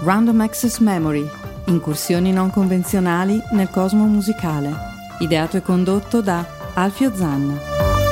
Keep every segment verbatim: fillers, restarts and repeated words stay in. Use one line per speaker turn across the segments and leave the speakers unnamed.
Random Access Memory, incursioni non convenzionali nel cosmo musicale, ideato e condotto da Alfio Zanna.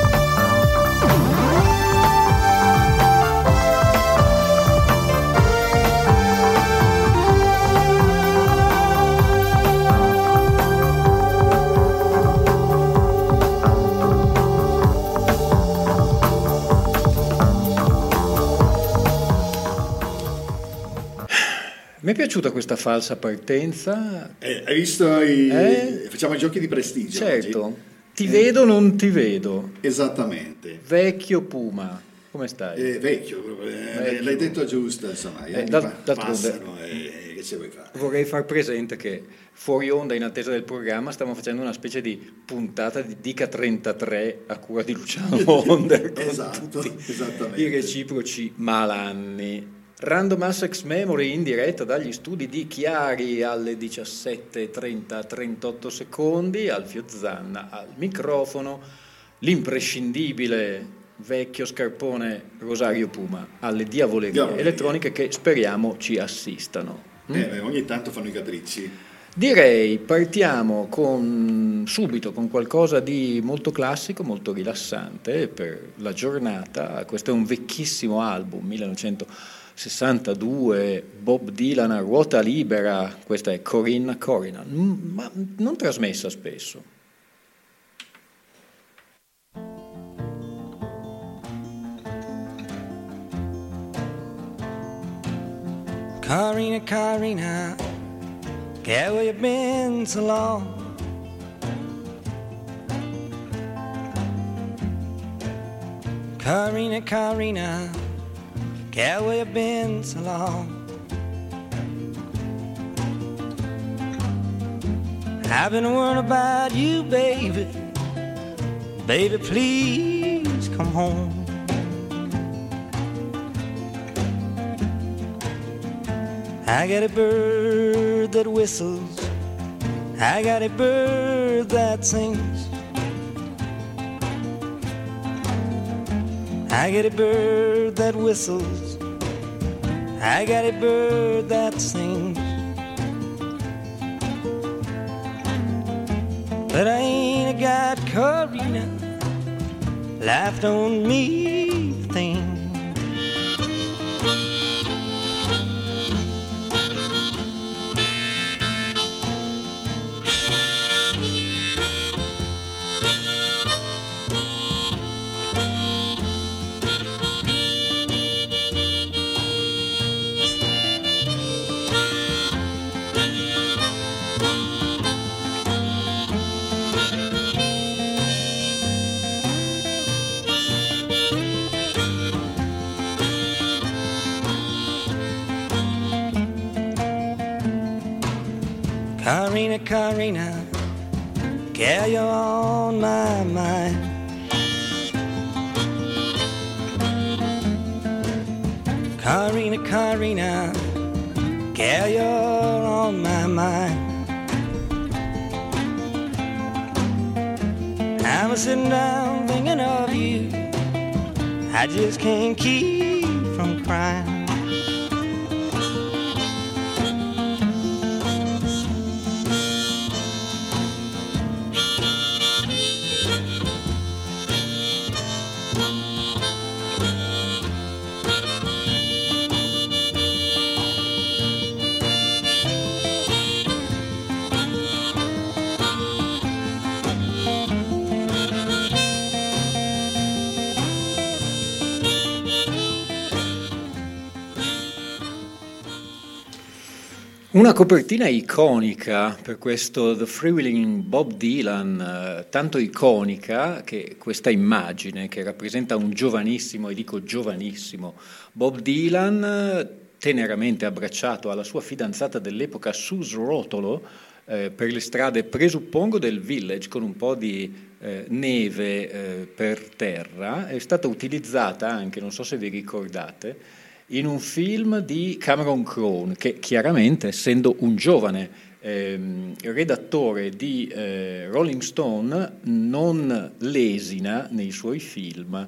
Mi è piaciuta questa falsa partenza.
Eh, hai visto? I...
Eh?
Facciamo i giochi di prestigio.
Certo.
Oggi.
Ti
eh.
vedo o non ti vedo?
Esattamente.
Vecchio Puma, come stai?
Eh, vecchio, eh, vecchio, l'hai detto giusto, insomma.
Eh, dal,
passano e che ce vuoi fare?
Vorrei far presente che fuori onda, in attesa del programma, stiamo facendo una specie di puntata di Dica trentatré a cura di Luciano Wonder con
esatto,
tutti
esattamente.
i reciproci malanni. Random Access Memory in diretta dagli studi di Chiari alle diciassette e trenta trentotto secondi, Alfio Zanna al microfono, l'imprescindibile vecchio scarpone Rosario Puma alle diavolerie
Diavolerie.
elettroniche che speriamo ci assistano.
Eh, ogni tanto fanno i capricci.
Direi partiamo con, subito con qualcosa di molto classico, molto rilassante per la giornata. Questo è un vecchissimo album, millenovecentosessantadue, Bob Dylan a ruota libera. Questa è Corinna Corina, ma non trasmessa spesso.
Corina, Corina, yeah, where you been so long? Corina, Corina, yeah, where you been so long? I've been worrying about you, baby. Baby, please come home. I got a bird that whistles, I got a bird that sings, I got a bird that whistles, I got a bird that sings, but I ain't got Corina left on me thing. Corina, Corina, girl, you're on my mind. Corina, Corina, girl, you're on my mind. I'm sitting down thinking of you, I just can't keep from crying.
Una copertina iconica per questo The Freewheeling Bob Dylan, eh, tanto iconica che questa immagine che rappresenta un giovanissimo, e dico giovanissimo, Bob Dylan teneramente abbracciato alla sua fidanzata dell'epoca Suze Rotolo eh, per le strade, presuppongo, del Village, con un po' di eh, neve eh, per terra, è stata utilizzata anche, non so se vi ricordate, in un film di Cameron Crowe, che chiaramente, essendo un giovane ehm, redattore di eh, Rolling Stone, non lesina nei suoi film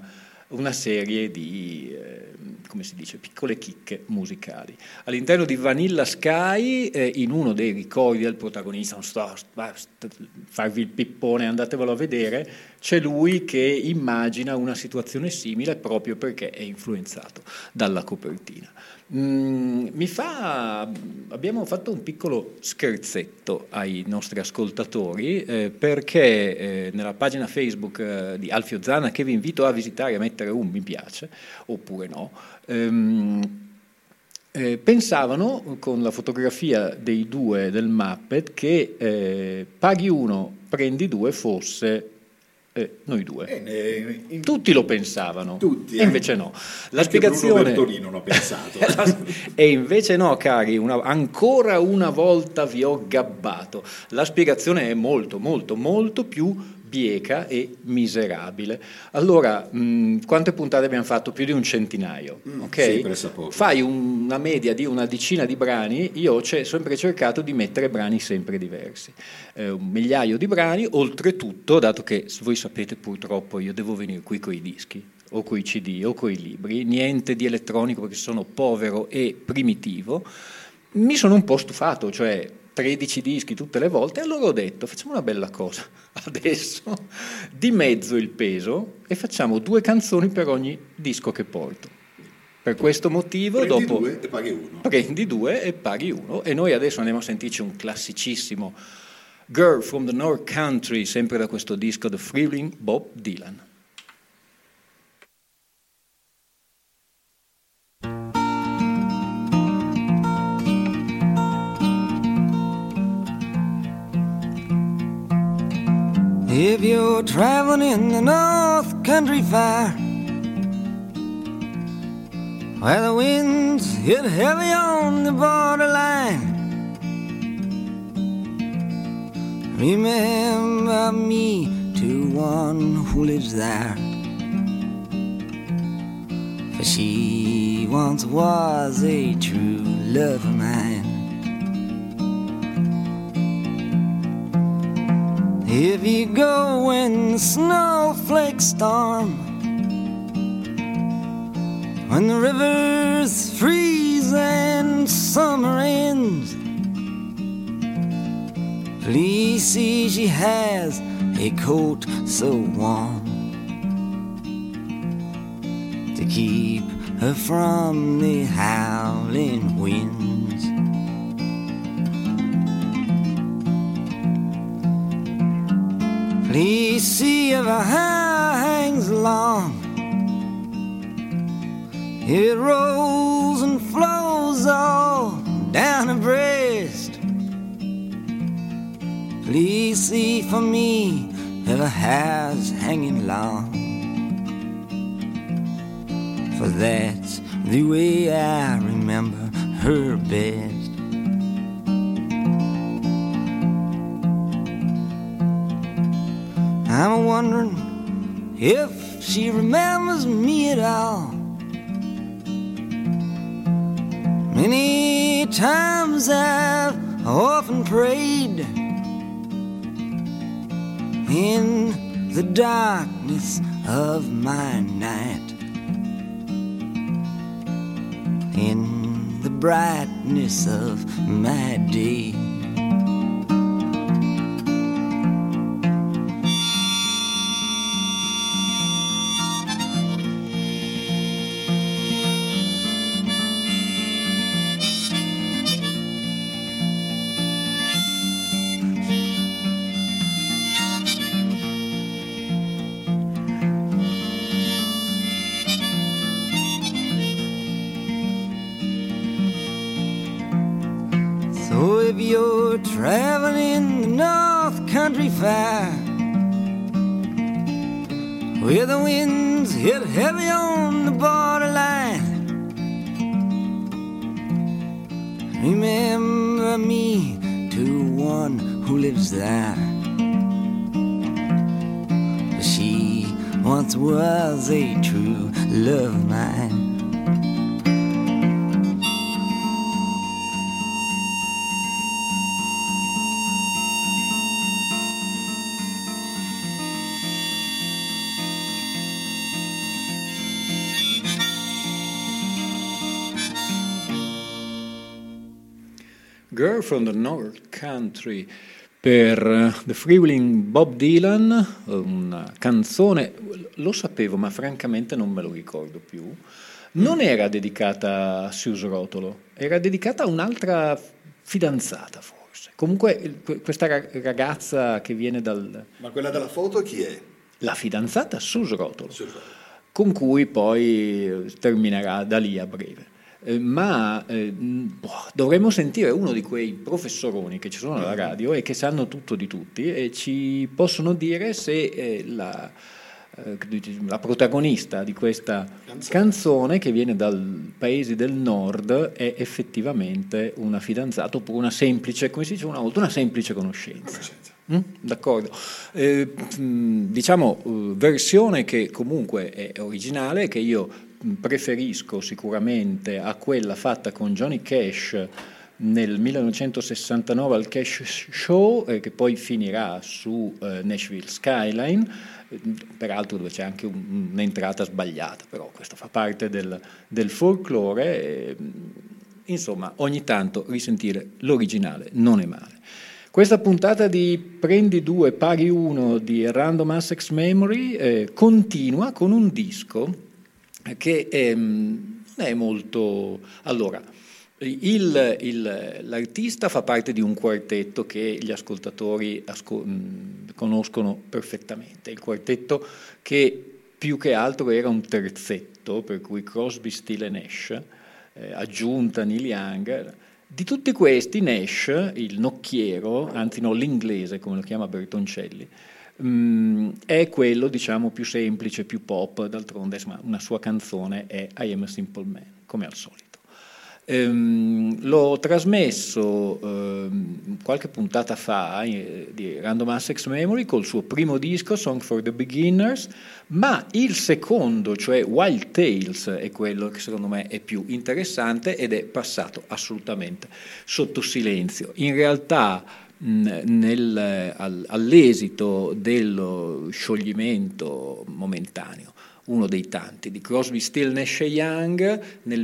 una serie di, eh, come si dice, piccole chicche musicali. All'interno di Vanilla Sky, eh, in uno dei ricordi del protagonista, non sto a farvi il pippone, andatevelo a vedere, c'è lui che immagina una situazione simile proprio perché è influenzato dalla copertina. Mm, mi fa, abbiamo fatto un piccolo scherzetto ai nostri ascoltatori eh, perché eh, nella pagina Facebook eh, di Alfio Zanna, che vi invito a visitare e a mettere un mi piace oppure no, ehm, eh, pensavano con la fotografia dei due del Muppet che eh, paghi uno prendi due fosse Eh, noi due.
Eh, in...
Tutti lo pensavano,
Tutti,
e invece no. La
Anche
spiegazione...
Bruno Bertolino l'ho pensato.
E invece no, cari, una... ancora una volta vi ho gabbato. La spiegazione è molto, molto, molto più bieca e miserabile. Allora, mh, quante puntate abbiamo fatto? Più di un centinaio,
mm,
ok?
Sì, pressappoco.
Fai un, una media di una decina di brani, io ho sempre cercato di mettere brani sempre diversi. Eh, un migliaio di brani, oltretutto, dato che voi sapete purtroppo io devo venire qui coi dischi, o coi C D, o coi libri, niente di elettronico perché sono povero e primitivo, mi sono un po' stufato, cioè tredici dischi tutte le volte, e allora ho detto facciamo una bella cosa, adesso dimezzo il peso e facciamo due canzoni per ogni disco che porto. Per questo motivo
prendi
dopo
due e paghi uno.
Prendi due e paghi uno, e noi adesso andiamo a sentirci un classicissimo Girl from the North Country, sempre da questo disco The Thrilling Bob Dylan.
If you're traveling in the North Country Fair, where the winds hit heavy on the borderline, remember me to one who lives there, for she once was a true love of mine. If you go when the snowflakes storm, when the rivers freeze and summer ends, please see she has a coat so warm to keep her from the howling winds. Please see if her hair hangs long, it rolls and flows all down her breast. Please see for me if her hair's hanging long, for that's the way I remember her best. I'm wondering if she remembers me at all. Many times I've often prayed in the darkness of my night, in the brightness of my day. If you're traveling in the North Country Fair, where the winds hit heavy on the borderline, remember me to one who lives there, for she once was a true love of mine.
Girl from the North Country per The Freewheeling Bob Dylan, una canzone, lo sapevo ma francamente non me lo ricordo più, non era dedicata a Suze Rotolo, era dedicata a un'altra fidanzata forse, comunque questa ragazza che viene dal...
Ma quella della foto chi è?
La fidanzata Suze Rotolo,
Suze Rotolo,
con cui poi terminerà da lì a breve. Eh, ma eh, boh, dovremmo sentire uno di quei professoroni che ci sono alla radio e che sanno tutto di tutti e ci possono dire se eh, la, eh, la protagonista di questa canzone. canzone che viene dal paesi del nord è effettivamente una fidanzata oppure una semplice, come si dice una volta, una semplice conoscenza. conoscenza. Mm? D'accordo. Eh, diciamo uh, versione che comunque è originale, che io preferisco sicuramente a quella fatta con Johnny Cash nel millenovecentosessantanove al Cash Show, eh, che poi finirà su eh, Nashville Skyline, eh, peraltro dove c'è anche un, un'entrata sbagliata, però questo fa parte del, del folklore. Eh, insomma, ogni tanto risentire l'originale non è male. Questa puntata di Prendi due, pari uno di Random Access Memory eh, continua con un disco che è, non è molto... Allora, il, il, l'artista fa parte di un quartetto che gli ascoltatori asco, mh, conoscono perfettamente, il quartetto che più che altro era un terzetto, per cui Crosby, Still e Nash, eh, aggiunta Neil Young. Di tutti questi Nash, il nocchiero, anzi no, l'inglese come lo chiama Bertoncelli, Mm, è quello diciamo più semplice, più pop, d'altronde insomma, una sua canzone è I Am a Simple Man, come al solito. Ehm, l'ho trasmesso ehm, qualche puntata fa eh, di Random Access Memory col suo primo disco Song for the Beginners, ma il secondo, cioè Wild Tales, è quello che secondo me è più interessante ed è passato assolutamente sotto silenzio. In realtà Nel, al, all'esito dello scioglimento momentaneo, uno dei tanti, di Crosby, Still, Nash e Young nel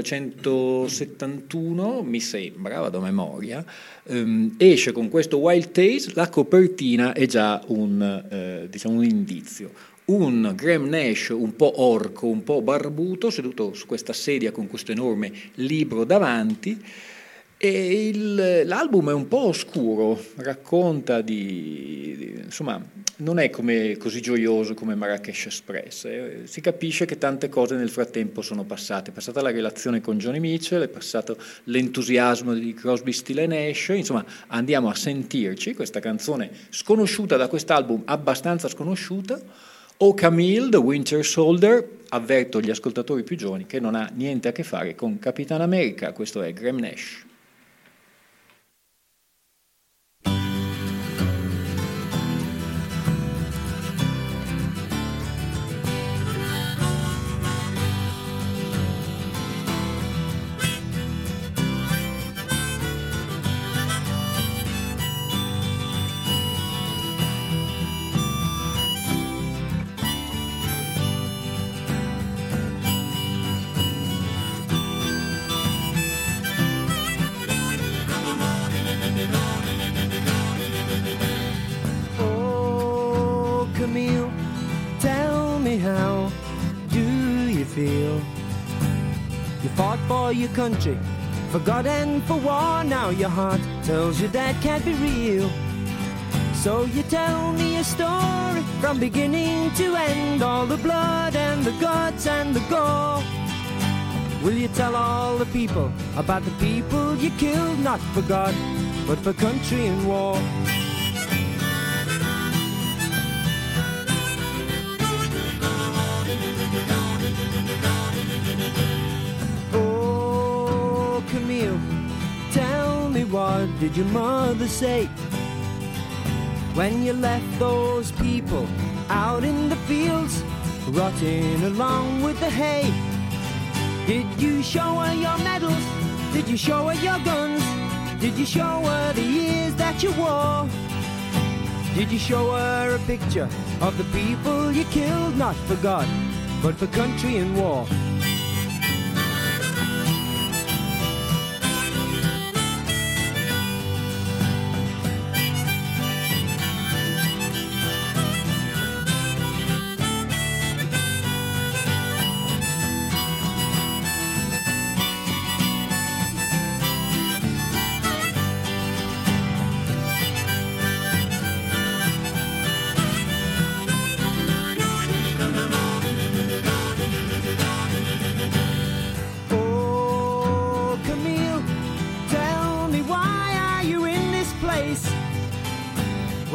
millenovecentosettantuno, mi sembra, vado a memoria, ehm, esce con questo Wild Tales. La copertina è già un, eh, diciamo un indizio. Un Graham Nash un po' orco, un po' barbuto, seduto su questa sedia con questo enorme libro davanti. E il, l'album è un po' oscuro, racconta di, di insomma, non è come, così gioioso come Marrakesh Express. Eh, si capisce che tante cose nel frattempo sono passate. È passata la relazione con Johnny Mitchell, è passato l'entusiasmo di Crosby, Still e Nash. Insomma, andiamo a sentirci questa canzone sconosciuta da quest'album, abbastanza sconosciuta. O Camille, The Winter Soldier. Avverto gli ascoltatori più giovani che non ha niente a che fare con Capitan America. Questo è Graham Nash.
Your country, forgotten for war. Now your heart tells you that can't be real. So you tell me a story from beginning to end, all the blood and the guts and the gore. Will you tell all the people about the people you killed, not for God, but for country and war? What did your mother say when you left those people out in the fields, rotting along with the hay? Did you show her your medals? Did you show her your guns? Did you show her the years that you wore? Did you show her a picture of the people you killed, not for God, but for country and war?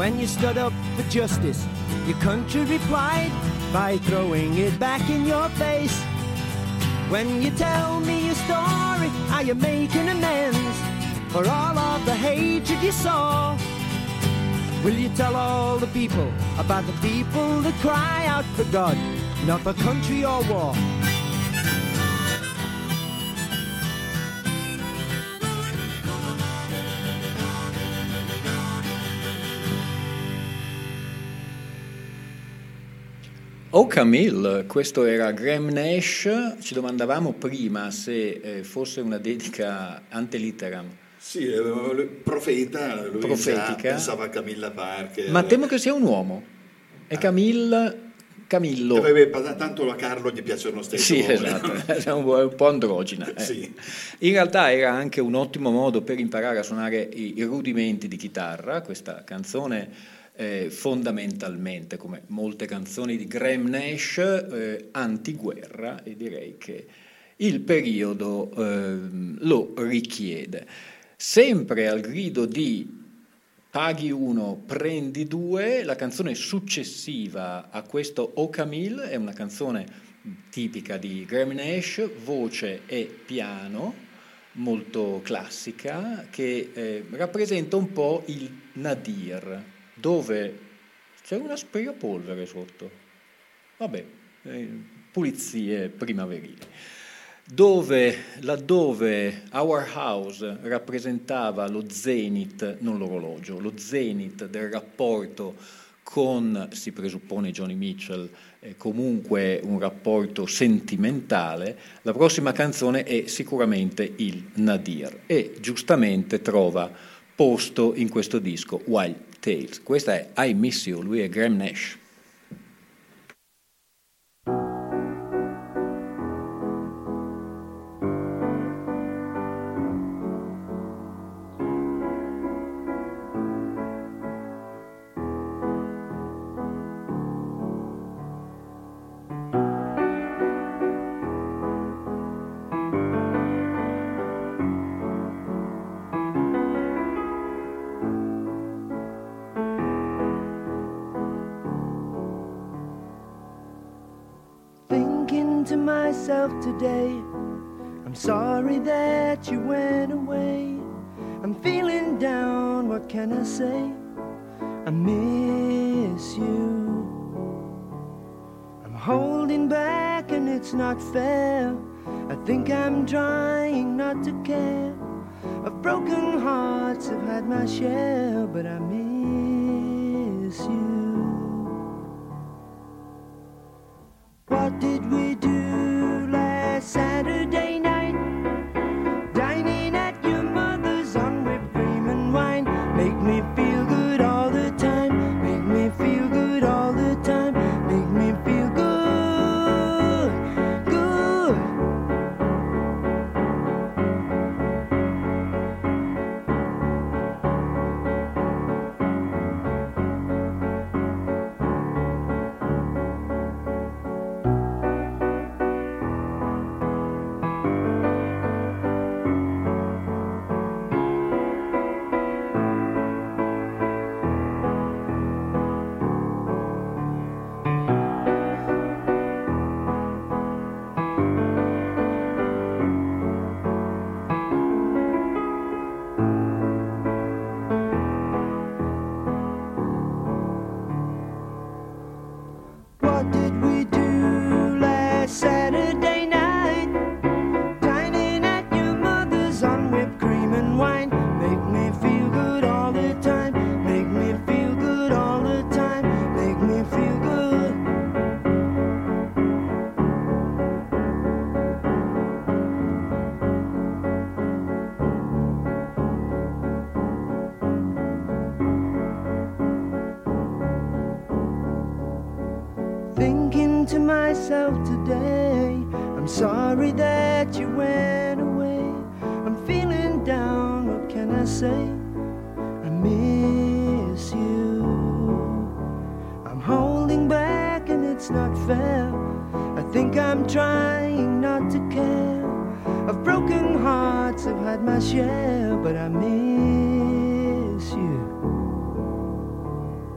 When you stood up for justice, your country replied by throwing it back in your face. When you tell me your story, are you making amends for all of the hatred you saw? Will you tell all the people about the people that cry out for God, not for country or war?
Oh Camille, questo era Graham Nash. Ci domandavamo prima se eh, fosse una dedica ante litteram.
Sì, eh, profeta, lui
profetica.
Già pensava a Camilla Parker.
Ma temo che sia un uomo. È ah. Camille, Camillo.
Eh, tanto a Carlo gli piace lo stesso.
Sì, esatto, è un, un po' androgina. Eh.
Sì.
In realtà era anche un ottimo modo per imparare a suonare i, i rudimenti di chitarra. Questa canzone eh, fondamentalmente, come molte canzoni di Graham Nash, eh, antiguerra, e direi che il periodo eh, lo richiede. Sempre al grido di paghi uno, prendi due, la canzone successiva a questo O Camille è una canzone tipica di Graham Nash, voce e piano, molto classica, che eh, rappresenta un po' il nadir, dove c'è un aspirapolvere sotto, vabbè, eh, pulizie primaverili. Dove, laddove Our House rappresentava lo zenith, non l'orologio, lo zenith del rapporto con, si presuppone Joni Mitchell, eh, comunque un rapporto sentimentale, la prossima canzone è sicuramente il nadir e giustamente trova posto in questo disco Wild Tales. Questa è I Miss You, lui è Graham Nash.
Today, I'm sorry that you went away. I'm feeling down, what can I say? I miss you. I'm holding back and it's not fair. I think I'm trying not to care. Of broken hearts I've had my share, but I miss you. What did we do Saturday night? Dining at your mother's on whipped cream and wine. Make me feel good all the time. Make me feel good all the time. Make me feel good, good. Today, I'm sorry that you went away. I'm feeling down, what can I say? I miss you. I'm holding back and it's not fair. I think I'm trying not to care. Of broken hearts I've had my share, but I miss you.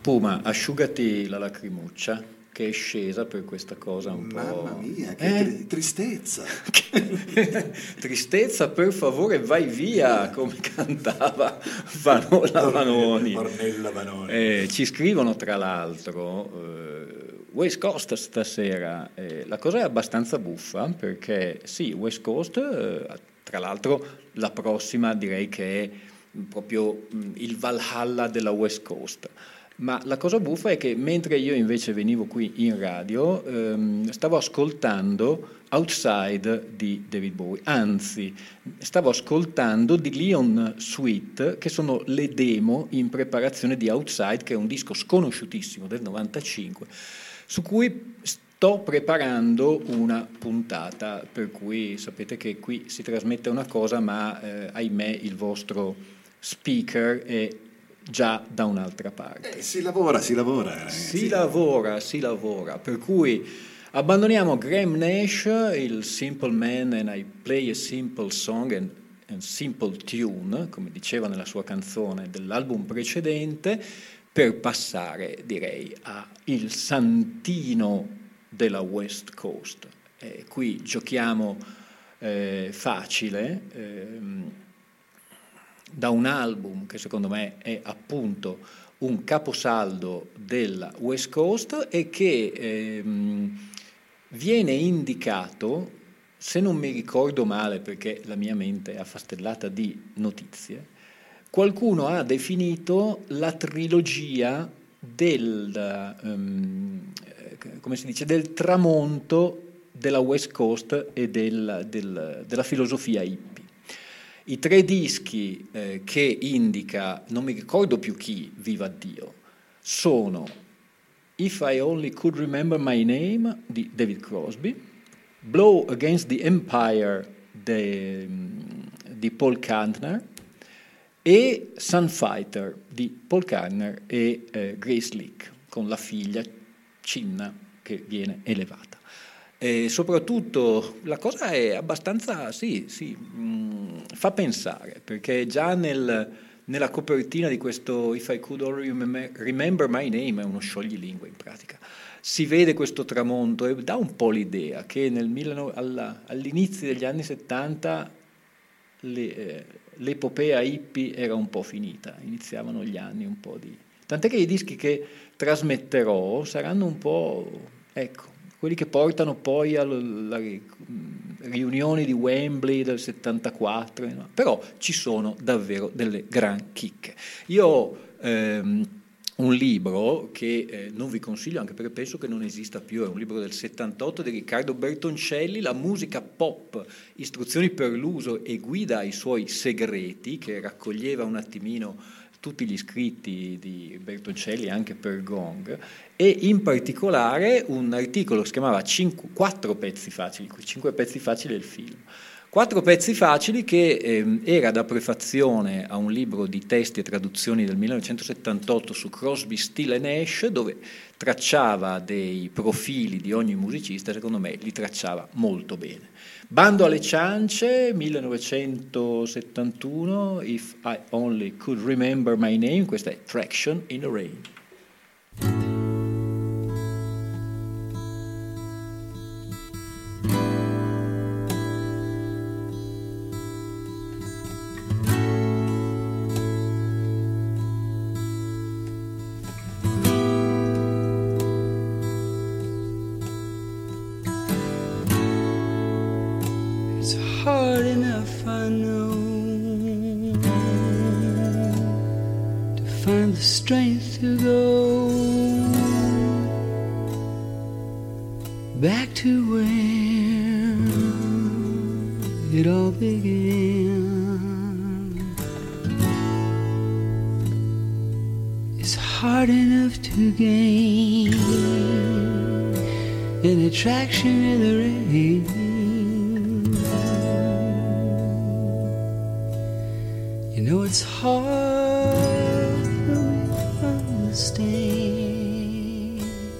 Puma, asciugati la lacrimuccia che è scesa per questa cosa un
Mamma
po'...
Mamma mia, che
eh?
tri- tristezza!
Tristezza, per favore, vai via, come cantava Vanola Vanoni.
Ornella Vanoni.
Eh, ci scrivono, tra l'altro, eh, West Coast stasera. Eh, la cosa è abbastanza buffa, perché sì, West Coast, eh, tra l'altro la prossima direi che è proprio mh, il Valhalla della West Coast. Ma la cosa buffa è che mentre io invece venivo qui in radio, ehm, stavo ascoltando Outside di David Bowie, anzi stavo ascoltando di Leon Sweet, che sono le demo in preparazione di Outside, che è un disco sconosciutissimo del novantacinque, su cui sto preparando una puntata, per cui sapete che qui si trasmette una cosa, ma eh, ahimè il vostro speaker è già da un'altra parte.
Eh, si lavora, si lavora. Ragazzi.
Si lavora, si lavora, per cui abbandoniamo Graham Nash, il Simple Man and I Play a Simple Song and, and Simple Tune, come diceva nella sua canzone dell'album precedente, per passare, direi, a il santino della West Coast. Eh, qui giochiamo eh, facile, ehm, da un album che secondo me è appunto un caposaldo della West Coast e che ehm, viene indicato, se non mi ricordo male perché la mia mente è affastellata di notizie, qualcuno ha definito la trilogia del, um, come si dice, del tramonto della West Coast e del, del, della filosofia hippie. I tre dischi eh, che indica, non mi ricordo più chi, viva Dio, sono If I Only Could Remember My Name di David Crosby, Blow Against the Empire de, di Paul Kantner e Sunfighter di Paul Kantner e eh, Grace Leak, con la figlia Cinna che viene elevata. E soprattutto la cosa è abbastanza, sì, sì, mh, fa pensare, perché già nel, nella copertina di questo If I Could Only Remember My Name, è uno scioglilingue in pratica, si vede questo tramonto e dà un po' l'idea che nel millenovecento, alla, all'inizio degli anni settanta le, eh, l'epopea hippie era un po' finita, iniziavano gli anni un po' di... Tant'è che i dischi che trasmetterò saranno un po', ecco, quelli che portano poi alla riunioni di Wembley del settantaquattro, no? Però ci sono davvero delle gran chicche. Io ho ehm, un libro che eh, non vi consiglio, anche perché penso che non esista più, è un libro del settantotto di Riccardo Bertoncelli, La musica pop, istruzioni per l'uso e guida ai suoi segreti, che raccoglieva un attimino tutti gli scritti di Bertoncelli anche per Gong, e in particolare un articolo che si chiamava cinque, quattro pezzi facili, cinque pezzi facili del film. Quattro pezzi facili che eh, era da prefazione a un libro di testi e traduzioni del millenovecentosettantotto su Crosby, Still e Nash, dove tracciava dei profili di ogni musicista, secondo me li tracciava molto bene. Bando alle ciance, millenovecentosettantuno, If I Only Could Remember My Name, questa è Traction in the Rain.
Hard enough, I know, to find the strength to go back to where it all began. It's hard enough to gain an attraction in the rain. You know it's hard for me to understand,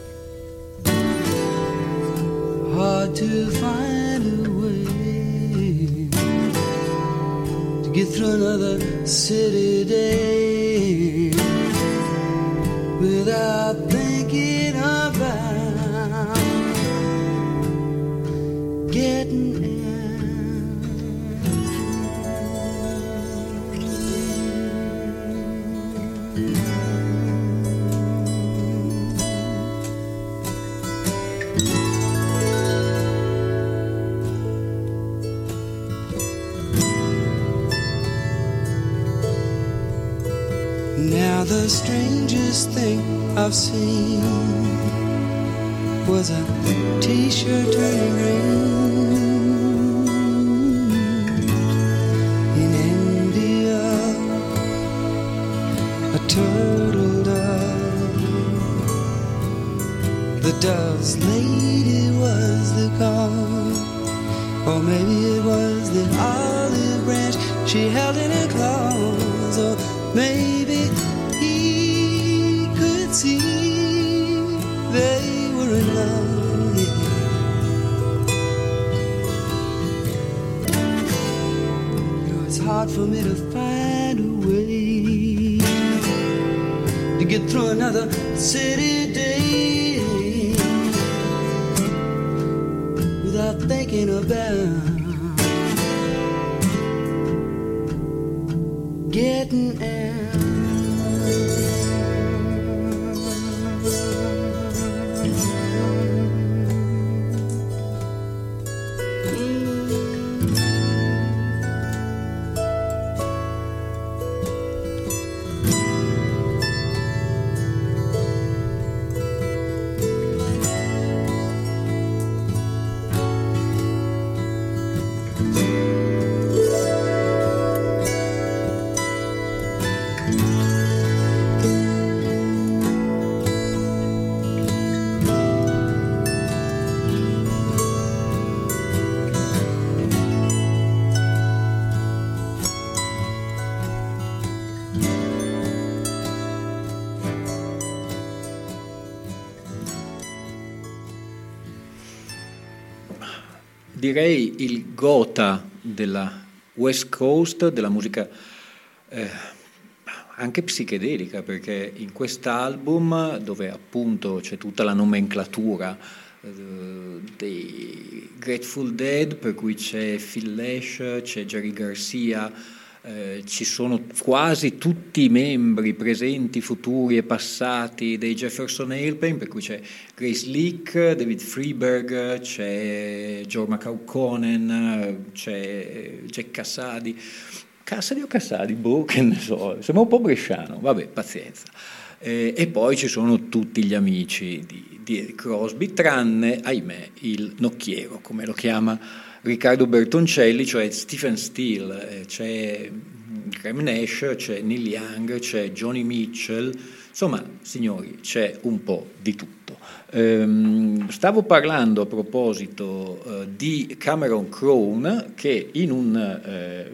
hard to find a way to get through another city day without the strangest thing I've seen was a t-shirt turning green in India, a turtle dove. The dove's lady was the cause, or maybe it was the olive branch she held in her claws, or maybe he could see they were in love. You know, it's hard for me to find a way to get through another city day without thinking about getting out.
Direi il gotha della West Coast, della musica eh, anche psichedelica, perché in quest'album, dove appunto c'è tutta la nomenclatura eh, dei Grateful Dead, per cui c'è Phil Lesh, c'è Jerry Garcia, eh, ci sono quasi tutti i membri presenti, futuri e passati dei Jefferson Airplane, per cui c'è Grace Leak, David Freeberg, c'è Joe McCauconen, c'è Jack Cassady. Cassady o Cassady? Boh, che ne so, sembra un po' bresciano, vabbè, pazienza. Eh, e poi ci sono tutti gli amici di, di Eric Crosby, tranne, ahimè, il nocchiero, come lo chiama Riccardo Bertoncelli, cioè Stephen Steele. Eh, c'è Graham Nash, c'è Neil Young, c'è Joni Mitchell, insomma, signori, c'è un po' di tutto. Ehm, stavo parlando a proposito eh, di Cameron Crowe, che in un eh,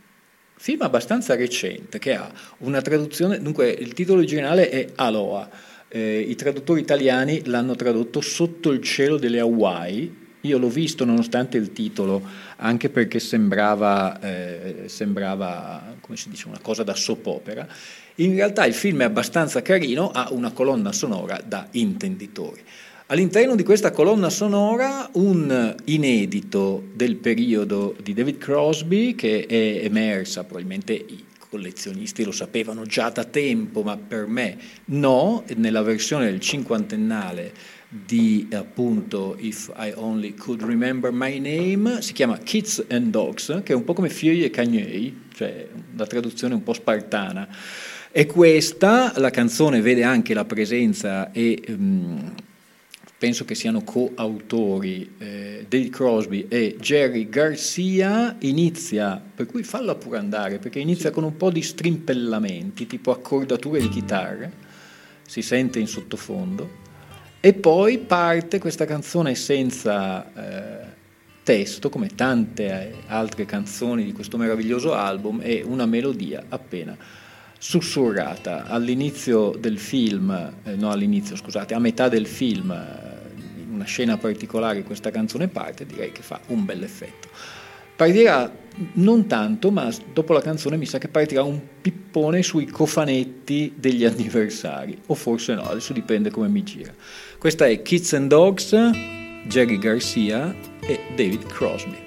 film abbastanza recente, che ha una traduzione, dunque il titolo originale è Aloha, eh, i traduttori italiani l'hanno tradotto Sotto il cielo delle Hawaii. Io l'ho visto nonostante il titolo, anche perché sembrava, eh, sembrava, come si dice, una cosa da soap opera. In realtà il film è abbastanza carino, ha una colonna sonora da intenditori. All'interno di questa colonna sonora un inedito del periodo di David Crosby, che è emersa, probabilmente i collezionisti lo sapevano già da tempo, ma per me no, nella versione del cinquantennale di appunto If I Only Could Remember My Name, si chiama Kids and Dogs, che è un po' come Fiori e Cagnei, cioè una traduzione un po' spartana. E questa, la canzone vede anche la presenza e um, penso che siano coautori eh, David Crosby e Jerry Garcia. Inizia, per cui falla pure andare, perché inizia con un po' di strimpellamenti, tipo accordature di chitarre, si sente in sottofondo. E poi parte questa canzone senza eh, testo, come tante altre canzoni di questo meraviglioso album, e una melodia appena sussurrata. All'inizio del film, eh, no all'inizio scusate, a metà del film, eh, in una scena particolare questa canzone parte, direi che fa un bel effetto. Partirà non tanto, ma dopo la canzone mi sa che partirà un pippone sui cofanetti degli anniversari, o forse no, adesso dipende come mi gira. Questa è Kids and Dogs, Jerry Garcia e David Crosby.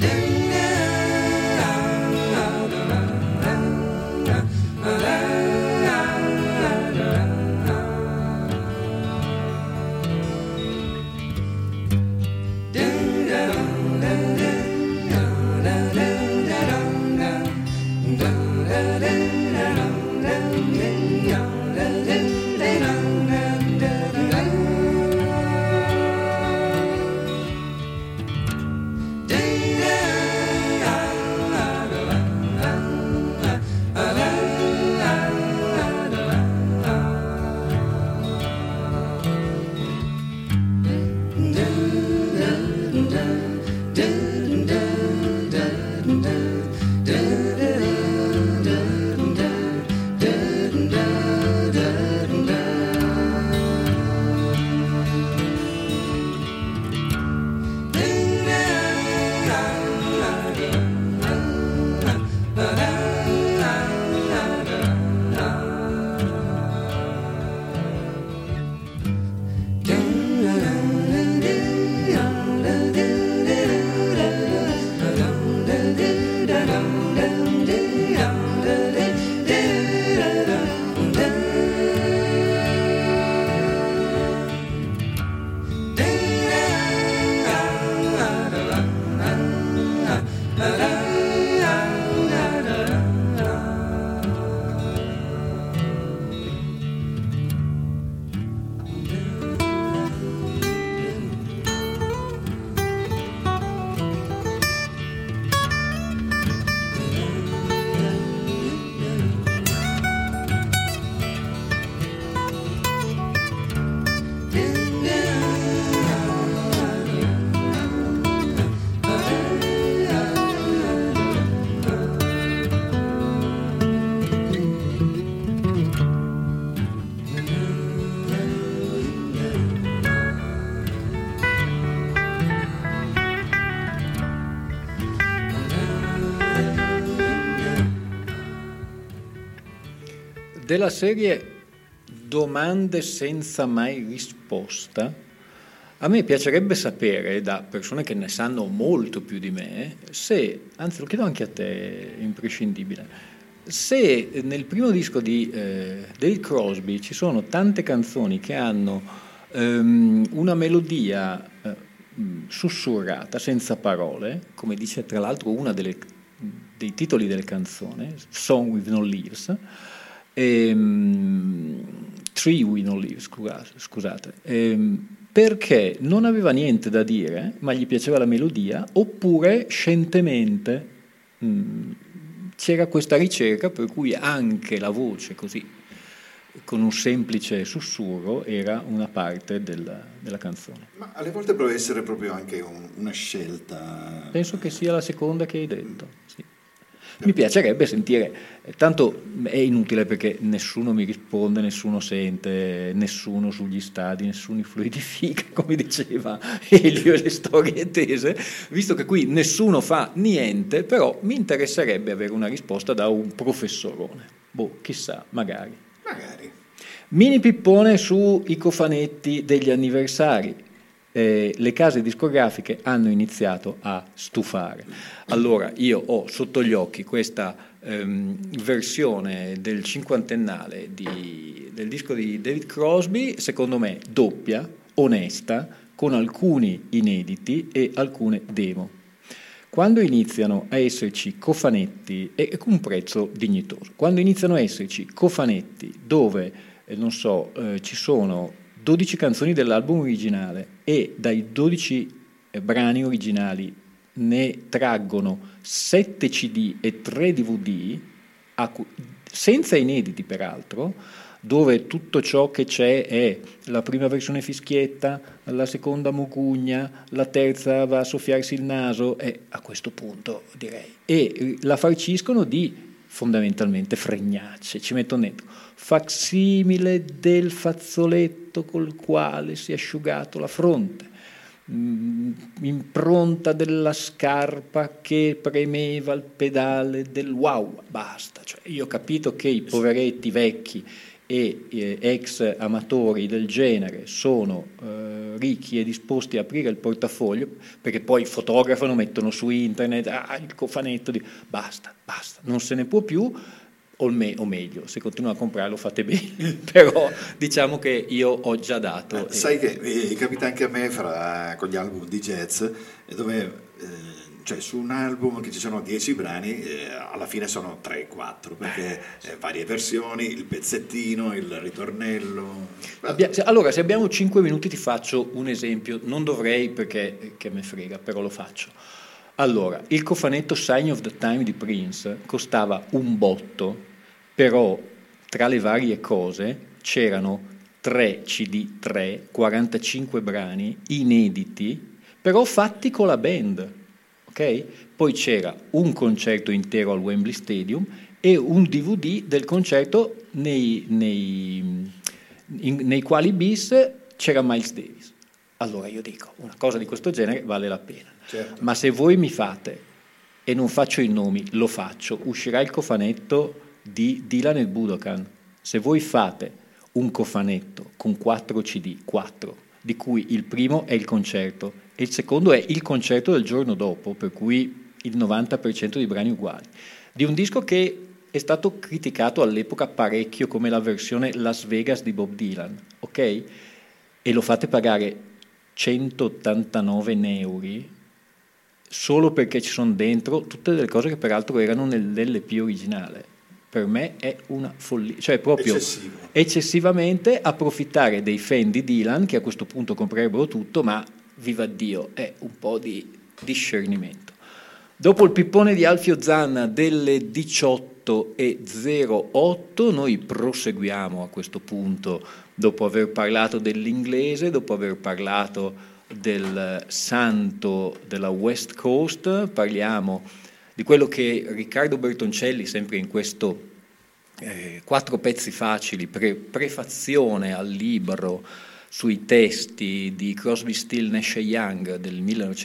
Della serie domande senza mai risposta, a me piacerebbe sapere, da persone che ne sanno molto più di me, se, anzi lo chiedo anche a te, imprescindibile, se nel primo disco di eh, David Crosby ci sono tante canzoni che hanno ehm, una melodia eh, sussurrata, senza parole, come dice tra l'altro una delle, dei titoli delle canzoni, Song with No Leaves, ehm, Tree with No Leaves, scusate, ehm, perché non aveva niente da dire, ma gli piaceva la melodia, oppure scientemente mh, c'era questa ricerca per cui anche la voce così, con un semplice sussurro, era una parte della, della canzone.
Ma alle volte può essere proprio anche un, una scelta.
Penso che sia la seconda che hai detto, sì. Mi piacerebbe sentire, tanto è inutile perché nessuno mi risponde, nessuno sente, nessuno sugli stadi, nessuno fluidifica, come diceva Elio e le storie tese, visto che qui nessuno fa niente, però mi interesserebbe avere una risposta da un professorone. Boh, chissà, magari.
Magari.
Mini pippone sui cofanetti degli anniversari. Eh, le case discografiche hanno iniziato a stufare. Allora, io ho sotto gli occhi questa ehm, versione del cinquantennale di, del disco di David Crosby, secondo me doppia, onesta, con alcuni inediti e alcune demo. Quando iniziano a esserci cofanetti, e con un prezzo dignitoso, quando iniziano a esserci cofanetti dove, eh, non so, eh, ci sono dodici canzoni dell'album originale e dai dodici eh, brani originali ne traggono sette C D e tre D V D, a cu- senza inediti peraltro, dove tutto ciò che c'è è la prima versione fischietta, la seconda mugugna, la terza va a soffiarsi il naso, e a questo punto direi, e la farciscono di fondamentalmente fregnacce, ci mettono dentro facsimile del fazzoletto col quale si è asciugato la fronte, impronta della scarpa che premeva il pedale del wow, basta, cioè io ho capito che i poveretti vecchi e eh, ex amatori del genere sono eh, ricchi e disposti a aprire il portafoglio, perché poi fotografano, mettono su internet, ah, il cofanetto, di... basta, basta, non se ne può più, o, me, o meglio, se continuano a comprarlo fate bene, però diciamo che io ho già dato.
Eh, e... Sai che eh, capita anche a me fra, con gli album di jazz, dove... Eh, cioè su un album che ci sono dieci brani, eh, alla fine sono tre quattro, perché eh, varie versioni, il pezzettino, il ritornello.
Abbia, allora, se abbiamo cinque minuti ti faccio un esempio, non dovrei perché che me frega, però lo faccio. Allora, il cofanetto Sign of the Time di Prince costava un botto, però tra le varie cose c'erano tre C D, tre, quarantacinque brani inediti, però fatti con la band. Okay? Poi c'era un concerto intero al Wembley Stadium e un D V D del concerto nei, nei, in, nei quali bis c'era Miles Davis. Allora io dico, una cosa di questo genere vale la pena.
Certo.
Ma se voi mi fate, e non faccio i nomi, lo faccio, uscirà il cofanetto di Dylan e Budokan. Se voi fate un cofanetto con quattro C D, quattro, di cui il primo è il concerto, e il secondo è il concerto del giorno dopo, per cui il novanta per cento di brani uguali, di un disco che è stato criticato all'epoca parecchio come la versione Las Vegas di Bob Dylan, ok? E lo fate pagare centottantanove euro solo perché ci sono dentro tutte delle cose che peraltro erano nell'L P originale. Per me è una follia, cioè proprio
Eccessivo.
eccessivamente approfittare dei fan di Dylan, che a questo punto comprerebbero tutto, ma viva Dio, è un po' di discernimento. Dopo il pippone di Alfio Zanna delle diciotto e zero otto, noi proseguiamo a questo punto, dopo aver parlato dell'inglese, dopo aver parlato del santo della West Coast, parliamo di quello che Riccardo Bertoncelli, sempre in questo eh, quattro pezzi facili, pre- prefazione al libro sui testi di Crosby, Still, Nash e Young del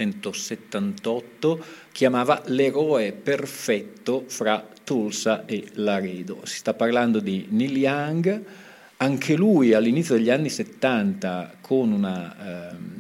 millenovecentosettantotto, chiamava l'eroe perfetto fra Tulsa e Laredo. Si sta parlando di Neil Young, anche lui all'inizio degli anni settanta con una ehm,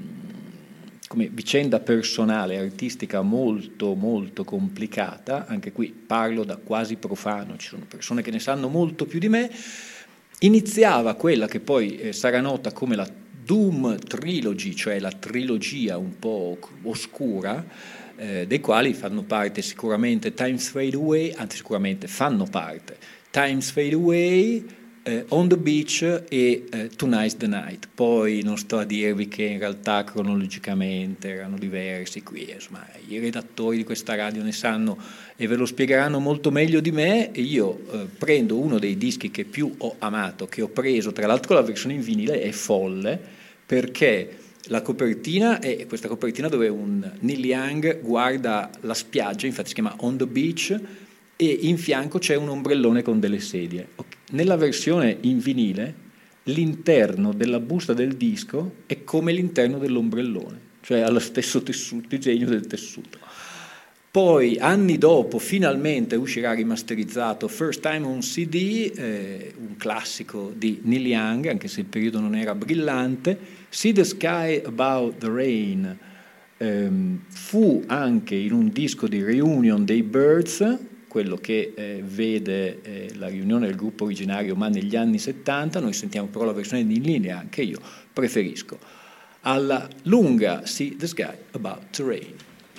come vicenda personale, artistica molto molto complicata, anche qui parlo da quasi profano, ci sono persone che ne sanno molto più di me. Iniziava quella che poi eh, sarà nota come la Doom Trilogy, cioè la trilogia un po' oscura, eh, dei quali fanno parte sicuramente Times Fade Away, anzi sicuramente fanno parte Times Fade Away, eh, On the Beach e eh, Tonight's the Night. Poi non sto a dirvi che in realtà cronologicamente erano diversi, qui insomma i redattori di questa radio ne sanno e ve lo spiegheranno molto meglio di me. E io eh, prendo uno dei dischi che più ho amato, che ho preso, tra l'altro la versione in vinile è folle, perché la copertina è questa copertina dove un Neil Young guarda la spiaggia, infatti si chiama On the Beach, e in fianco c'è un ombrellone con delle sedie. Nella versione in vinile l'interno della busta del disco è come l'interno dell'ombrellone, cioè ha lo stesso tessuto, disegno del tessuto. Poi, anni dopo, finalmente uscirà rimasterizzato First Time on C D, eh, un classico di Neil Young, anche se il periodo non era brillante. See the Sky Above the Rain ehm, fu anche in un disco di reunion dei Byrds, quello che eh, vede eh, la riunione del gruppo originario, ma negli anni settanta. Noi sentiamo però la versione di Neil Young, che io preferisco. Alla lunga, See the Sky Above the Rain.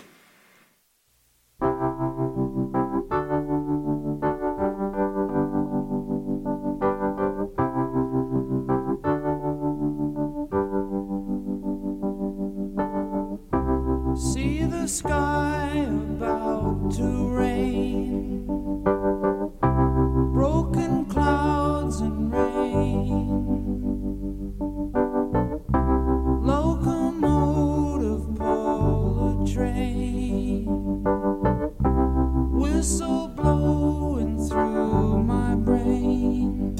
See the sky about to rain, broken clouds and rain, locomotive pull a train, whistle blowing through my brain,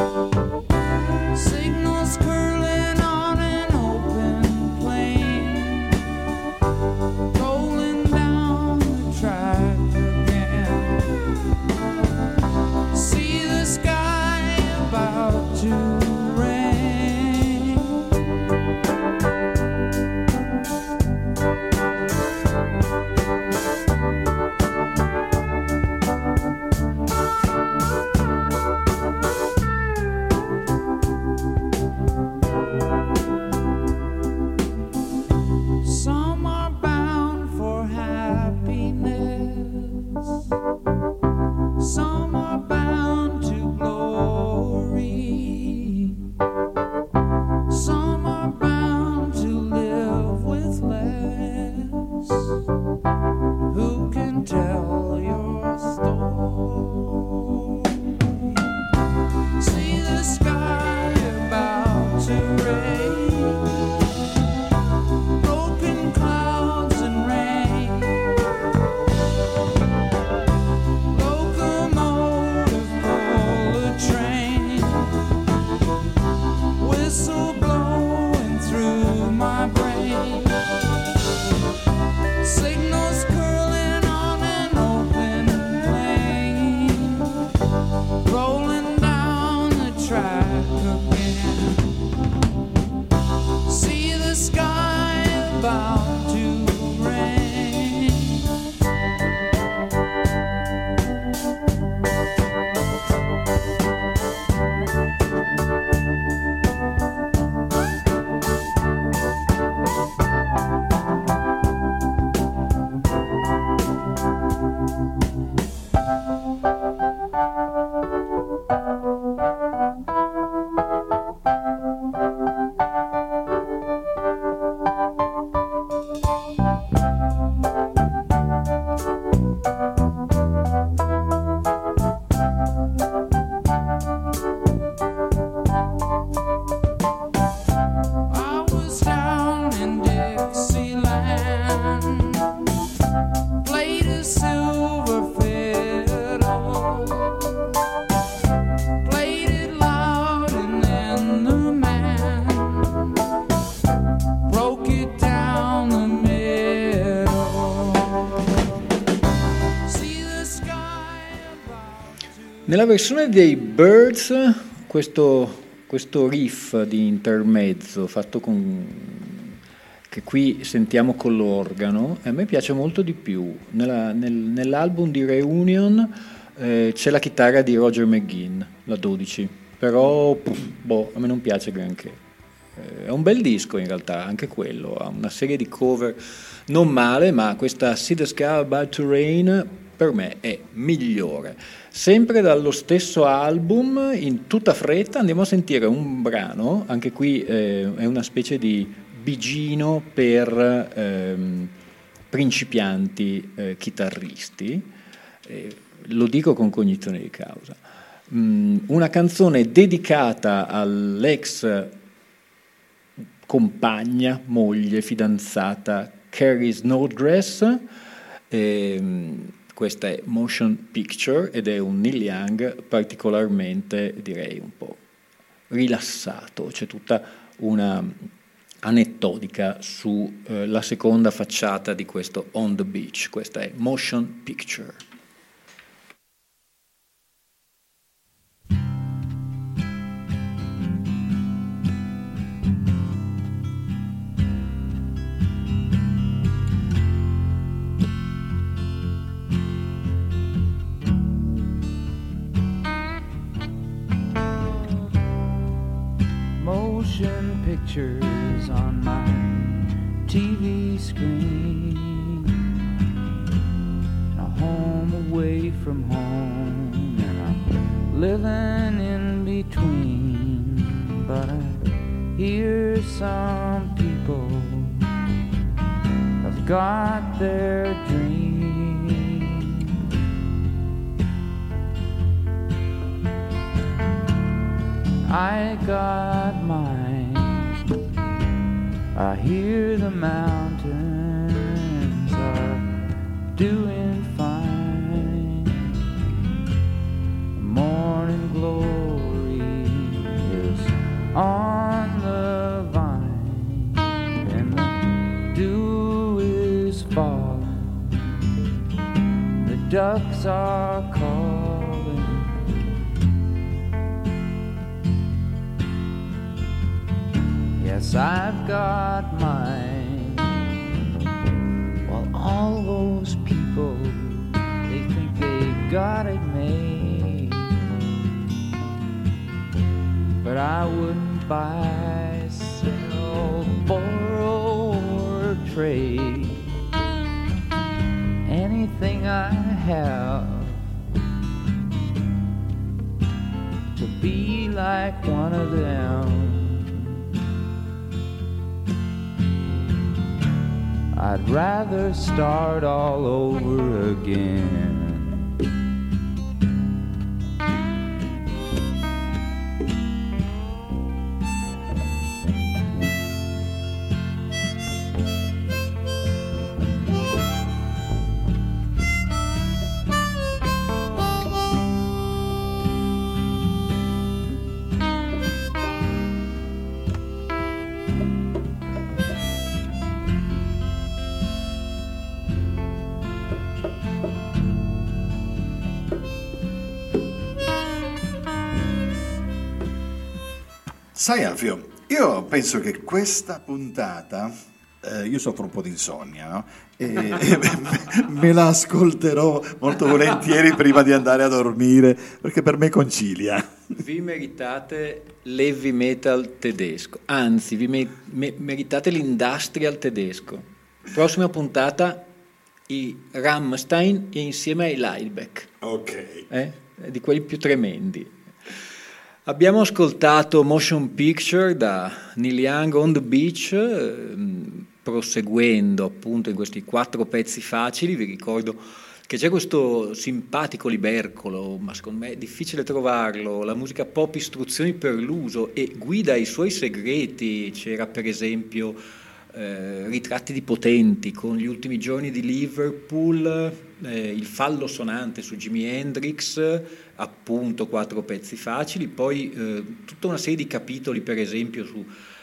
signals curling on an open plain, rolling down the track again. See the sky about
Nella versione dei Byrds questo, questo riff di intermezzo fatto con, che qui sentiamo con l'organo, a me piace molto di più. Nella, nel, nell'album di Reunion eh, c'è la chitarra di Roger McGuinn, la dodici, però pff, boh, a me non piace granché. Eh, è un bel disco in realtà, anche quello, ha una serie di cover non male, ma questa See the Sky About to Rain per me è migliore. Sempre dallo stesso album, in tutta fretta, andiamo a sentire un brano, anche qui eh, è una specie di bigino per ehm, principianti eh, chitarristi, eh, lo dico con cognizione di causa. Mm, una canzone dedicata all'ex compagna, moglie, fidanzata Carrie Snodgrass. ehm, Questa è Motion Picture ed è un Neil Young particolarmente, direi, un po' rilassato. C'è tutta una aneddotica sulla eh, seconda facciata di questo On the Beach. Questa è Motion Picture.
Motion pictures on my T V screen, a home away from home, and I'm living in between. But I hear some people have got their dreams. I got mine. I hear the mountains are doing fine. The morning glory is on the vine, and the dew is falling. The ducks are calling. Yes, I've got mine. While all those people, they think they've got it made. But I wouldn't buy, sell, borrow, or trade anything I have to be like one of them. I'd rather start all over again.
Sai Alfio, io penso che questa puntata, eh, io soffro un po' di insonnia, no? E, e me, me la ascolterò molto volentieri prima di andare a dormire, perché per me concilia.
Vi meritate l'heavy metal tedesco, anzi vi me, me, meritate l'industrial tedesco. Prossima puntata i Rammstein e insieme ai Liedbeck.
Ok.
Eh? Di quelli più tremendi. Abbiamo ascoltato Motion Picture da Neil Young, On the Beach, ehm, proseguendo appunto in questi quattro pezzi facili. Vi ricordo che c'è questo simpatico libercolo, ma secondo me è difficile trovarlo, la musica pop istruzioni per l'uso e guida i suoi segreti. C'era per esempio eh, Ritratti di potenti con Gli ultimi giorni di Liverpool, eh, Il fallo sonante su Jimi Hendrix, appunto quattro pezzi facili, poi eh, tutta una serie di capitoli per esempio su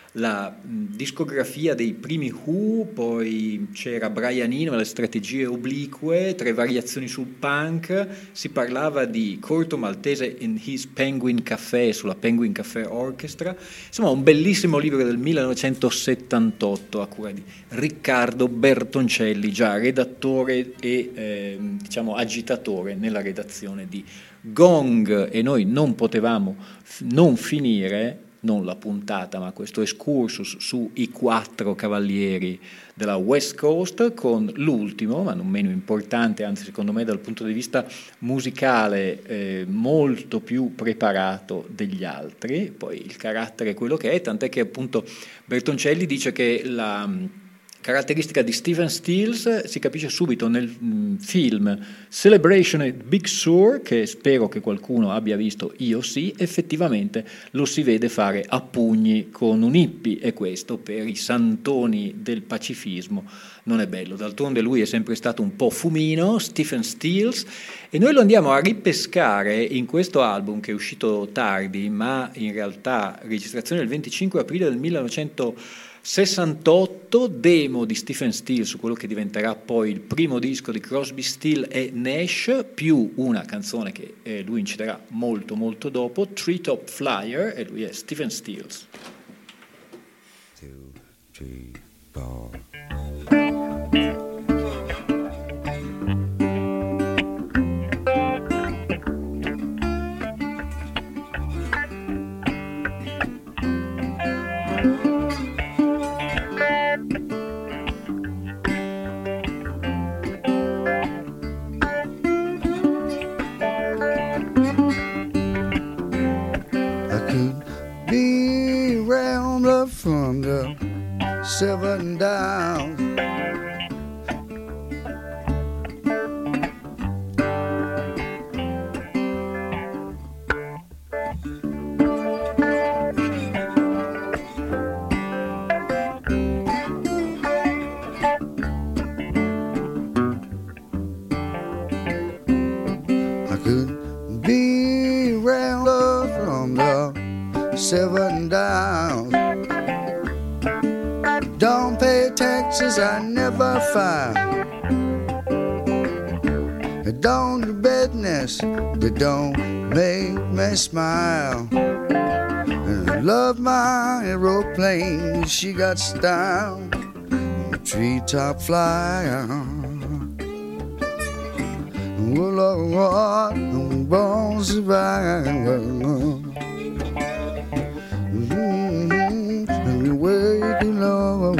la mh, discografia dei primi Who, poi c'era Brian Eno, le strategie oblique, tre variazioni sul punk, si parlava di Corto Maltese in His Penguin Café, sulla Penguin Café Orchestra, insomma un bellissimo libro del millenovecentosettantotto a cura di Riccardo Bertoncelli, già redattore e eh, diciamo agitatore nella redazione di Gong, e noi non potevamo f- non finire, non la puntata, ma questo excursus sui quattro cavalieri della West Coast con l'ultimo, ma non meno importante, anzi secondo me dal punto di vista musicale eh, molto più preparato degli altri, poi il carattere è quello che è, tant'è che appunto Bertoncelli dice che la caratteristica di Stephen Stills si capisce subito nel mh, film Celebration at Big Sur, che spero che qualcuno abbia visto, io sì, effettivamente lo si vede fare a pugni con un hippie, e questo per i santoni del pacifismo non è bello. D'altronde lui è sempre stato un po' fumino, Stephen Stills, e noi lo andiamo a ripescare in questo album che è uscito tardi, ma in realtà registrazione del venticinque aprile del millenovecentosessantotto, demo di Stephen Stills su quello che diventerà poi il primo disco di Crosby, Still e Nash, più una canzone che eh, lui inciderà molto molto dopo, Treetop Flyer, e lui è Stephen Stills.
Two, three, four. From the seven down, I could be round from the seven down. Don't pay taxes, I never file. Don't do business that don't make me smile. And I love my aeroplane, she got style. Treetop flyer. Well, Lord, I'm born survivor. Way too long.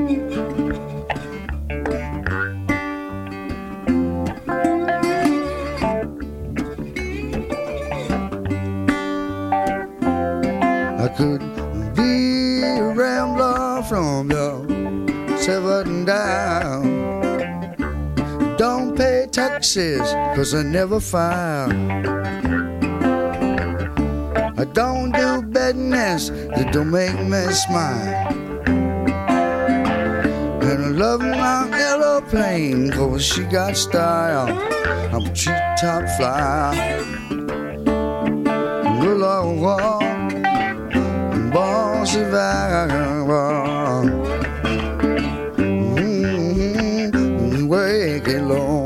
I could be a rambler from the seven down. Don't pay taxes, cause I never file. I don't do business that don't make me smile. And I love my aeroplane cause she got style. I'm a treetop flyer. Well, I'm born survivor. Mm-hmm. Wake it long.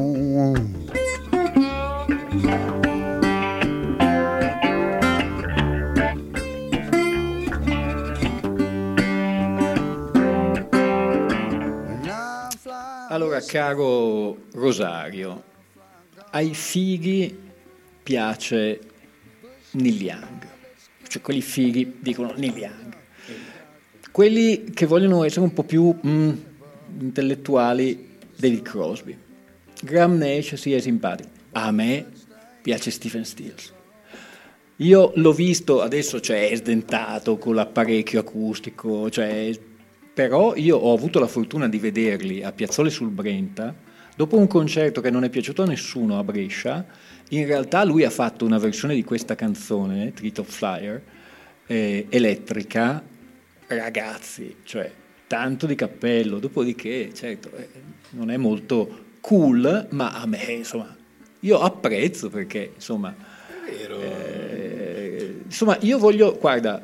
Allora, caro Rosario, ai fighi piace Neil Young, cioè quelli fighi dicono Neil Young, quelli che vogliono essere un po' più mm, intellettuali, David Crosby. Graham Nash sì, è simpatico, a me piace Stephen Stills. Io l'ho visto, adesso cioè, è sdentato con l'apparecchio acustico, cioè, però io ho avuto la fortuna di vederli a Piazzole sul Brenta, dopo un concerto che non è piaciuto a nessuno a Brescia. In realtà lui ha fatto una versione di questa canzone, Treetop Flyer, eh, elettrica, ragazzi, cioè tanto di cappello, dopodiché certo eh, non è molto cool, ma a me insomma io apprezzo perché insomma
è vero.
Eh, insomma io voglio, guarda,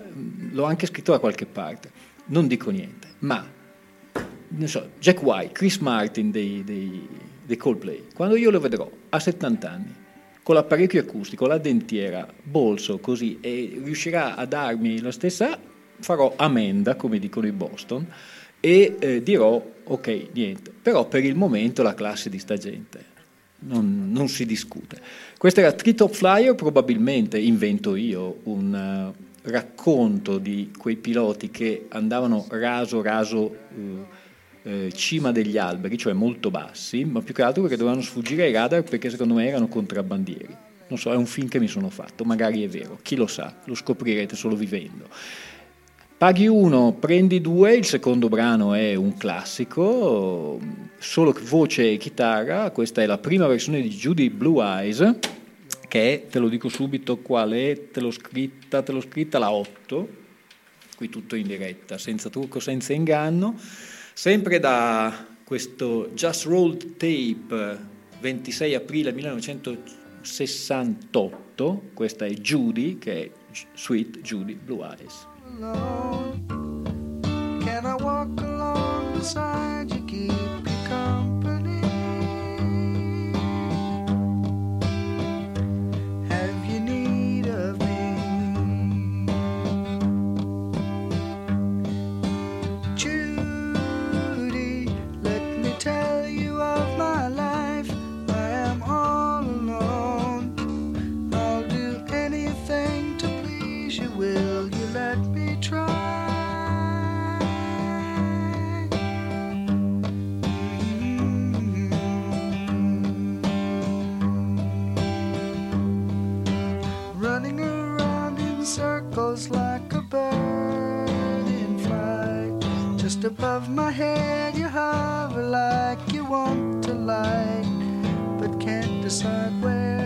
l'ho anche scritto da qualche parte, non dico niente, ma non so, Jack White, Chris Martin dei, dei, dei Coldplay, quando io lo vedrò a settanta anni, con l'apparecchio acustico, la dentiera, bolso, così, e riuscirà a darmi la stessa, farò amenda, come dicono i Boston, e eh, dirò, ok, niente, però per il momento la classe di sta gente non, non si discute. Questa era Treetop Flyer, probabilmente invento io un uh, racconto di quei piloti che andavano raso raso uh, eh, cima degli alberi, cioè molto bassi, ma più che altro perché dovevano sfuggire ai radar, perché secondo me erano contrabbandieri. Non so, è un film che mi sono fatto, magari è vero, chi lo sa, lo scoprirete solo vivendo. Paghi uno, prendi due, il secondo brano è un classico, solo voce e chitarra, questa è la prima versione di Judy Blue Eyes, che è, te lo dico subito qual è, te l'ho scritta, te l'ho scritta la otto, qui tutto in diretta, senza trucco, senza inganno, sempre da questo Just Rolled Tape, ventisei aprile millenovecentosessantotto, questa è Judy, che è Sweet Judy Blue Eyes.
Can I walk along beside you, keep you company? Have you need of me? Judy, let me tell you of my life. I am all alone. I'll do anything to please you. Will you let me try? Mm-hmm. Running around in circles like a bird in flight. Just above my head you hover like you want to light, but can't decide where.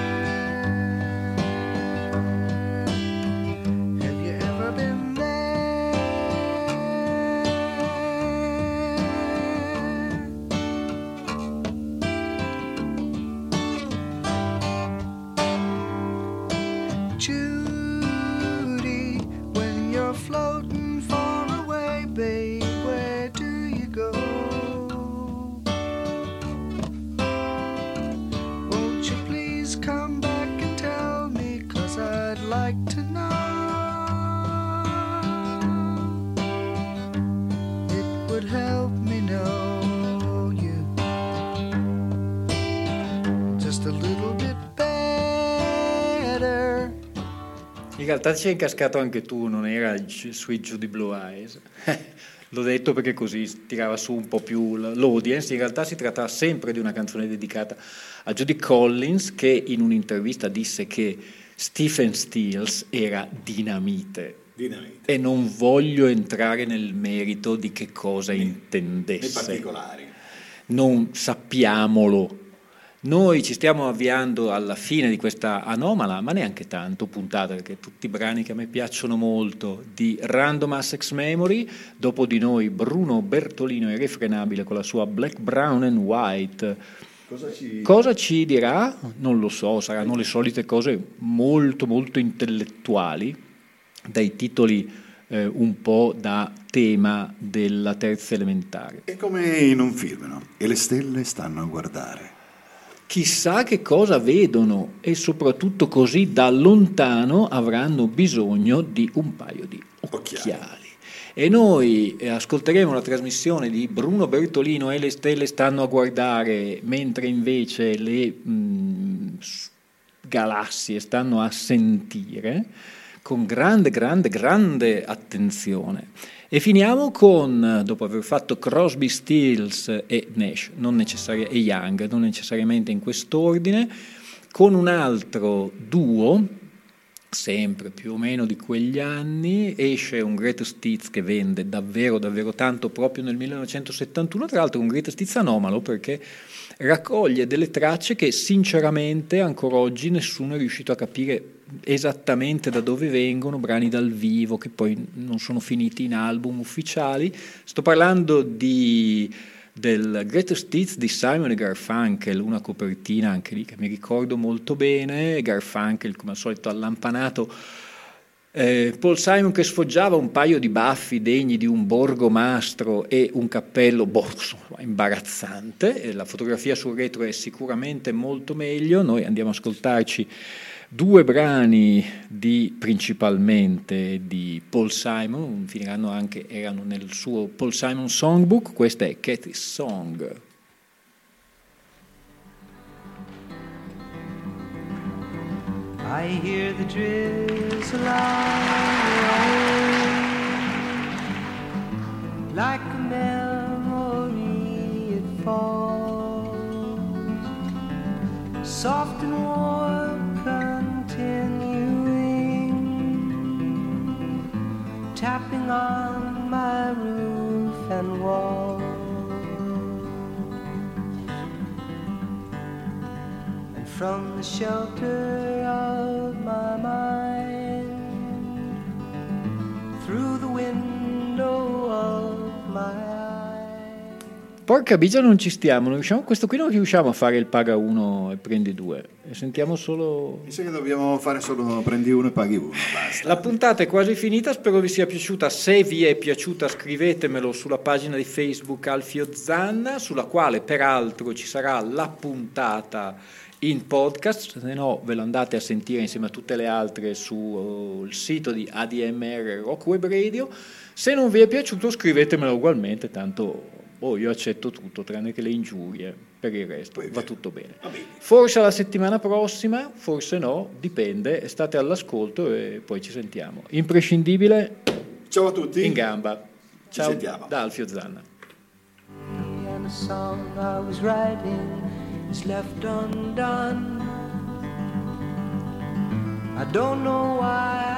Judy, when you're floating far away, babe, where do you go? Won't you please come back and tell me, 'cause I'd like to know. It would help me know you just a little bit better.
In realtà ci hai incascato anche tu, non era il Sweet Judy Blue Eyes. L'ho detto perché così tirava su un po' più l'audience. In realtà si trattava sempre di una canzone dedicata a Judy Collins, che in un'intervista disse che Stephen Stills era dinamite.
Dinamite.
E non voglio entrare nel merito di che cosa
Nei-
intendesse.
Nei particolari.
Non sappiamolo. Noi ci stiamo avviando alla fine di questa anomala, ma neanche tanto, puntata, perché tutti i brani che a me piacciono molto, di Random Access Memory. Dopo di noi Bruno Bertolino, irrefrenabile, con la sua Black, Brown and White.
Cosa ci...
Cosa ci dirà? Non lo so, saranno le solite cose molto molto intellettuali, dai titoli eh, un po' da tema della terza elementare.
È come in un film, no? E le stelle stanno a guardare.
Chissà che cosa vedono, e soprattutto così da lontano avranno bisogno di un paio di occhiali.
Occhiali.
E noi eh, ascolteremo la trasmissione di Bruno Bertolino e le stelle stanno a guardare, mentre invece le mh, galassie stanno a sentire, con grande, grande, grande attenzione. E finiamo con, dopo aver fatto Crosby, Stills e Nash, non necessari- e Young, non necessariamente in quest'ordine, con un altro duo, sempre più o meno di quegli anni. Esce un Greatest Hits che vende davvero, davvero tanto proprio nel millenovecentosettantuno, tra l'altro un Greatest Hits anomalo, perché raccoglie delle tracce che sinceramente ancora oggi nessuno è riuscito a capire esattamente da dove vengono, brani dal vivo che poi non sono finiti in album ufficiali. Sto parlando di, del Greatest Hits di Simon e Garfunkel, una copertina anche lì che mi ricordo molto bene, Garfunkel come al solito allampanato Eh, Paul Simon che sfoggiava un paio di baffi degni di un borgomastro e un cappello boh, imbarazzante, e la fotografia sul retro è sicuramente molto meglio. Noi andiamo a ascoltarci due brani di, principalmente di Paul Simon, finiranno anche, erano nel suo Paul Simon Songbook. Questa è Kathy's Song.
I hear the drizzle like a memory it falls, soft and warm, continuing, tapping on my roof and wall. And from the shelter of my mind, through the window of my eye.
Porca bigia, non ci stiamo, non riusciamo, questo qui non riusciamo a fare il paga uno e prendi due, e sentiamo solo...
Mi sa che dobbiamo fare solo prendi uno e paghi uno, basta.
La puntata è quasi finita, spero vi sia piaciuta. Se vi è piaciuta scrivetemelo sulla pagina di Facebook Alfio Zanna, sulla quale peraltro ci sarà la puntata in podcast, se no ve lo andate a sentire insieme a tutte le altre sul sito di A D M R Rock Web Radio. Se non vi è piaciuto scrivetemelo ugualmente, tanto oh, io accetto tutto tranne che le ingiurie, per il resto va tutto bene. Forse la settimana prossima, forse no, dipende, state all'ascolto e poi ci sentiamo. Imprescindibile,
ciao a tutti,
in gamba,
ci
ciao
sentiamo
da Alfio Zanna.
Is left undone. I don't know why